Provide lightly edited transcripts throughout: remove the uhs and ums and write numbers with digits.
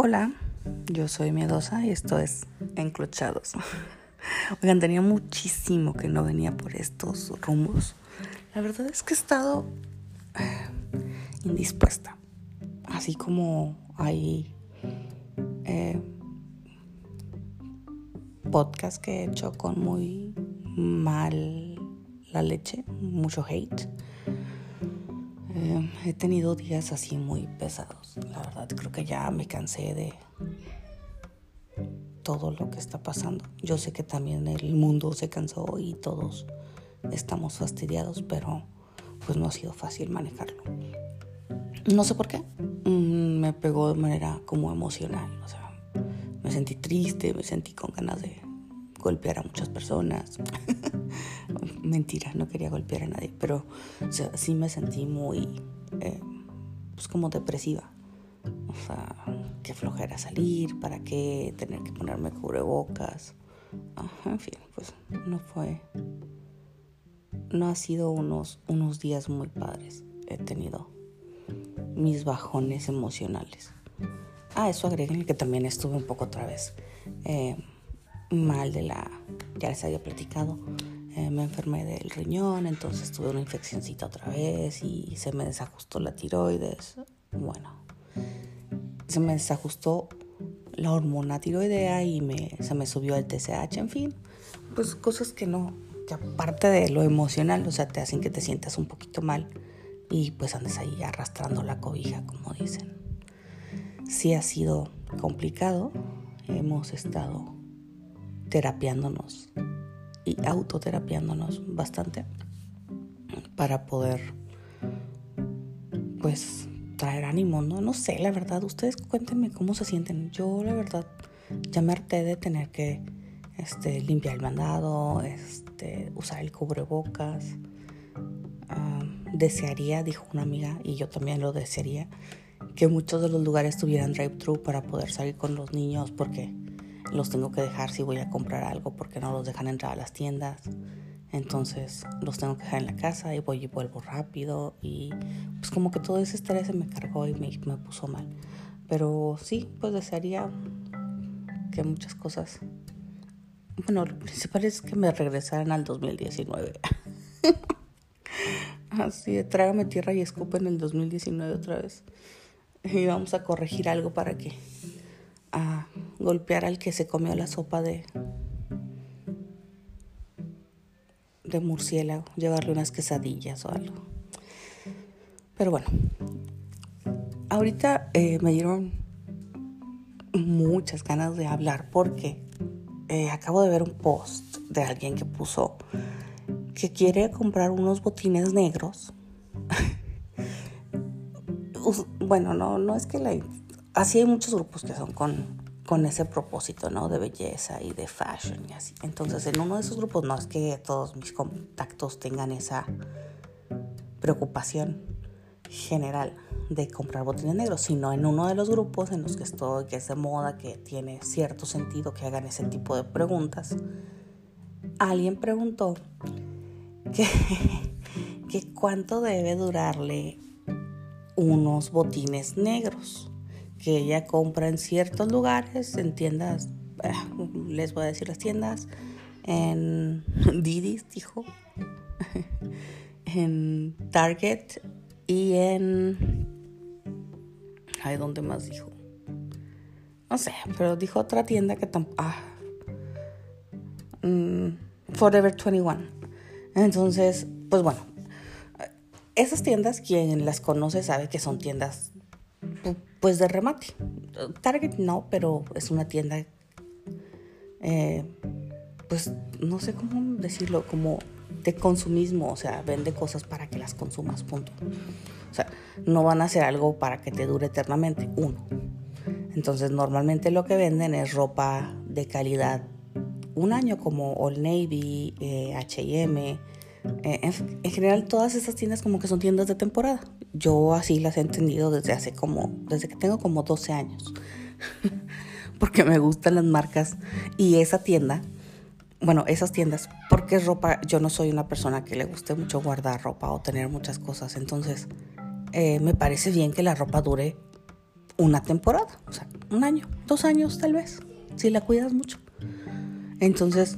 Hola, yo soy Miedosa y esto es Enclochados. Oigan, tenía muchísimo que no venía por estos rumbos. La verdad es que he estado indispuesta. Así como hay podcasts que he hecho con muy mal la leche, mucho hate. He tenido días así muy pesados. La verdad creo que ya me cansé de todo lo que está pasando. Yo sé que también el mundo se cansó y todos estamos fastidiados, pero pues no ha sido fácil manejarlo. No sé por qué. Me pegó de manera como emocional. O sea, me sentí triste, me sentí con ganas de golpear a muchas personas. Mentira, no quería golpear a nadie, pero o sea, sí me sentí muy pues como depresiva. O sea, qué flojera salir, para qué tener que ponerme cubrebocas. En fin, pues no ha sido unos días muy padres. He tenido mis bajones emocionales. Eso agréguenle que también estuve un poco otra vez mal ya les había platicado, me enfermé del riñón, entonces tuve una infeccióncita otra vez y se me desajustó la tiroides. Bueno, se me desajustó la hormona tiroidea y se me subió el TSH, en fin, pues cosas que aparte de lo emocional, o sea, te hacen que te sientas un poquito mal y pues andes ahí arrastrando la cobija, como dicen. Sí ha sido complicado, hemos estado terapiándonos y autoterapiándonos bastante para poder pues traer ánimo, no sé, la verdad, ustedes cuéntenme cómo se sienten. Yo la verdad ya me harté de tener que limpiar el mandado, usar el cubrebocas. Desearía, dijo una amiga, y yo también lo desearía, que muchos de los lugares tuvieran drive-thru para poder salir con los niños, porque los tengo que dejar si voy a comprar algo, porque no los dejan entrar a las tiendas. Entonces los tengo que dejar en la casa y voy y vuelvo rápido, y pues como que todo ese estrés se me cargó y me puso mal. Pero sí, pues desearía que muchas cosas, bueno, lo principal es que me regresaran al 2019. Así de trágame tierra y escupe en el 2019 otra vez. Y vamos a corregir algo para que golpear al que se comió la sopa de murciélago, llevarle unas quesadillas o algo. Pero bueno, ahorita me dieron muchas ganas de hablar porque acabo de ver un post de alguien que puso que quiere comprar unos botines negros. Bueno, no es que así hay muchos grupos que son con ese propósito, ¿no? De belleza y de fashion y así. Entonces, en uno de esos grupos, no es que todos mis contactos tengan esa preocupación general de comprar botines negros, sino en uno de los grupos en los que estoy, que es de moda, que tiene cierto sentido que hagan ese tipo de preguntas. Alguien preguntó que cuánto debe durarle unos botines negros que ella compra en ciertos lugares, en tiendas, les voy a decir las tiendas, en Didis, dijo, en Target y ¿dónde más dijo? No sé, pero dijo otra tienda que Forever 21. Entonces, pues bueno, esas tiendas, quien las conoce sabe que son tiendas pues de remate. Target no, pero es una tienda pues no sé cómo decirlo, como de consumismo, o sea, vende cosas para que las consumas, punto. O sea, no van a hacer algo para que te dure eternamente, Entonces normalmente lo que venden es ropa de calidad un año, como Old Navy, H&M. En general todas estas tiendas como que son tiendas de temporada. Yo así las he entendido desde que tengo como 12 años. Porque me gustan las marcas y esas tiendas, porque es ropa. Yo no soy una persona que le guste mucho guardar ropa o tener muchas cosas. Entonces me parece bien que la ropa dure una temporada, o sea, 1 año, 2 años tal vez, si la cuidas mucho. Entonces,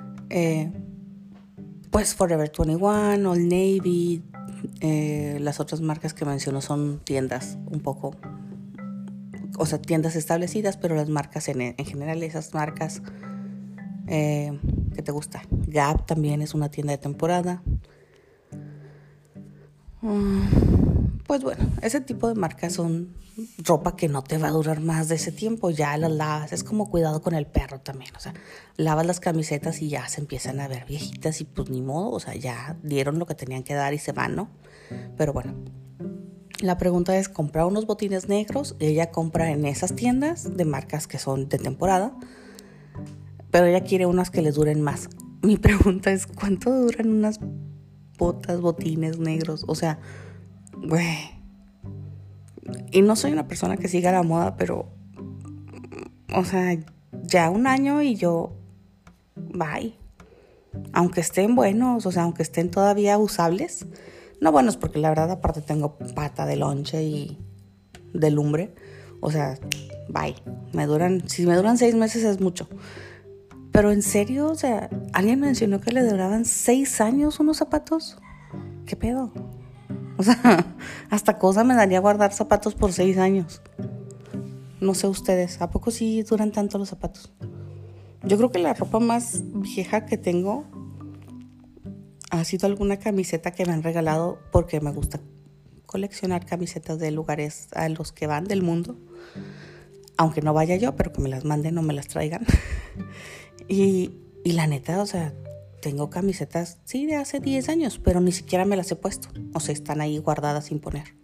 pues Forever 21, Old Navy, las otras marcas que menciono son tiendas un poco, o sea, tiendas establecidas, pero las marcas en general, esas marcas, ¿qué te gusta? Gap también es una tienda de temporada. Pues bueno, ese tipo de marcas son ropa que no te va a durar más de ese tiempo, ya las lavas, es como cuidado con el perro también, o sea, lavas las camisetas y ya se empiezan a ver viejitas y pues ni modo, o sea, ya dieron lo que tenían que dar y se van, ¿no? Pero bueno, la pregunta es, comprar unos botines negros, ella compra en esas tiendas de marcas que son de temporada, pero ella quiere unas que le duren más. Mi pregunta es, ¿cuánto duran unas botas, botines negros? O sea, güey. Y no soy una persona que siga la moda, pero, o sea, ya 1 año y yo, bye. Aunque estén buenos, o sea, aunque estén todavía usables. No buenos, porque la verdad aparte tengo pata de lonche y de lumbre. O sea, bye. Si me duran 6 meses es mucho. Pero en serio, o sea, alguien mencionó que le duraban 6 años unos zapatos. ¿Qué pedo? O sea, hasta cosa me daría guardar zapatos por 6 años. No sé ustedes, ¿a poco sí duran tanto los zapatos? Yo creo que la ropa más vieja que tengo ha sido alguna camiseta que me han regalado, porque me gusta coleccionar camisetas de lugares a los que van del mundo. Aunque no vaya yo, pero que me las manden o me las traigan. Y la neta, o sea, tengo camisetas, sí, de hace 10 años, pero ni siquiera me las he puesto. O sea, están ahí guardadas sin poner.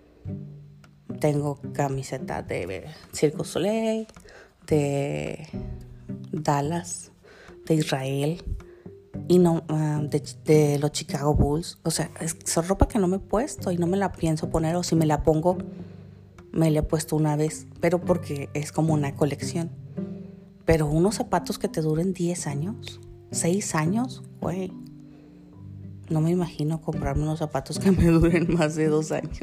Tengo camisetas de Cirque du Soleil, de Dallas, de Israel y no de los Chicago Bulls. O sea, es ropa que no me he puesto y no me la pienso poner, o si me la pongo, me la he puesto una vez, pero porque es como una colección. Pero unos zapatos que te duren 10 años, 6 años, güey. No me imagino comprarme unos zapatos que me duren más de 2 años.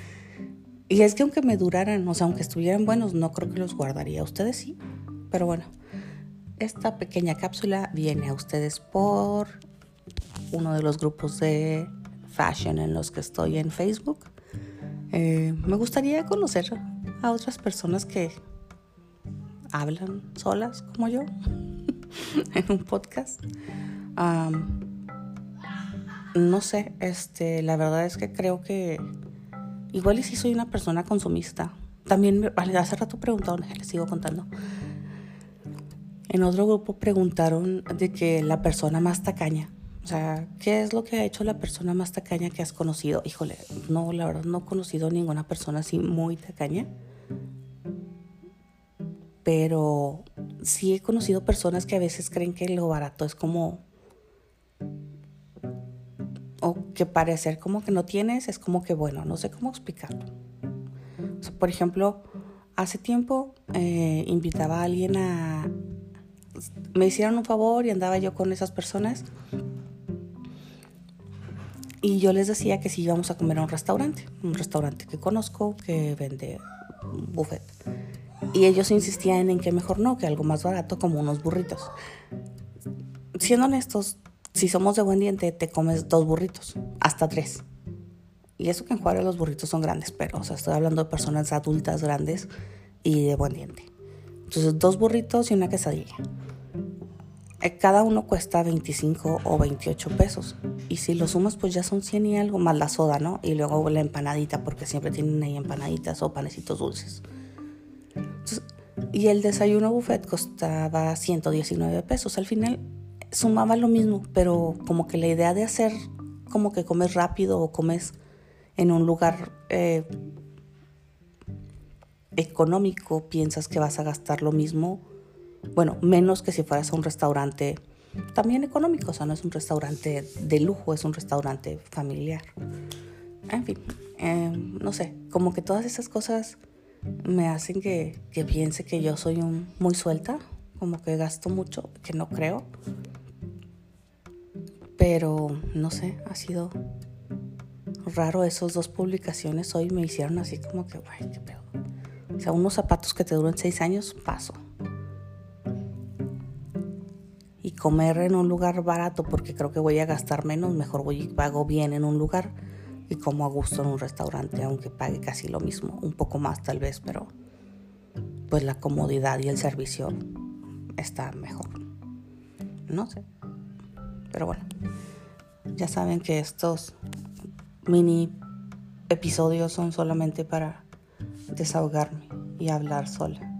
Y es que aunque me duraran, o sea, aunque estuvieran buenos, no creo que los guardaría. Ustedes sí, pero bueno. Esta pequeña cápsula viene a ustedes por uno de los grupos de fashion en los que estoy en Facebook. Me gustaría conocer a otras personas que hablan solas como yo en un podcast. No sé, la verdad es que creo que igual y si soy una persona consumista. También hace rato preguntaron, les sigo contando. En otro grupo preguntaron de que la persona más tacaña, o sea, ¿qué es lo que ha hecho la persona más tacaña que has conocido? Híjole, no, la verdad no he conocido ninguna persona así muy tacaña. Pero sí he conocido personas que a veces creen que lo barato es como, o que parecer como que no tienes es como que bueno, no sé cómo explicarlo. O sea, por ejemplo, hace tiempo invitaba a alguien me hicieron un favor y andaba yo con esas personas y yo les decía que si íbamos a comer a un restaurante que conozco que vende buffet. Y ellos insistían en que mejor no, que algo más barato como unos burritos. Siendo honestos, si somos de buen diente, te comes 2 burritos, hasta 3. Y eso que en Juárez los burritos son grandes, pero o sea, estoy hablando de personas adultas grandes y de buen diente. Entonces 2 burritos y una quesadilla. Cada uno cuesta 25 o 28 pesos. Y si lo sumas, pues ya son 100 y algo, más la soda, ¿no? Y luego la empanadita, porque siempre tienen ahí empanaditas o panecitos dulces. Entonces, y el desayuno buffet costaba 119 pesos. Al final sumaba lo mismo, pero como que la idea de hacer como que comes rápido o comes en un lugar económico, piensas que vas a gastar lo mismo, bueno, menos que si fueras a un restaurante también económico. O sea, no es un restaurante de lujo, es un restaurante familiar. En fin, no sé, como que todas esas cosas me hacen que piense que yo soy muy suelta, como que gasto mucho, que no creo. Pero no sé, ha sido raro. Esas 2 publicaciones hoy me hicieron así como que, güey, qué pedo. O sea, unos zapatos que te duren 6 años, paso. Y comer en un lugar barato, porque creo que voy a gastar menos, mejor voy y pago bien en un lugar y como a gusto en un restaurante, aunque pague casi lo mismo, un poco más tal vez, pero pues la comodidad y el servicio está mejor. No sé, pero bueno, ya saben que estos mini episodios son solamente para desahogarme y hablar sola.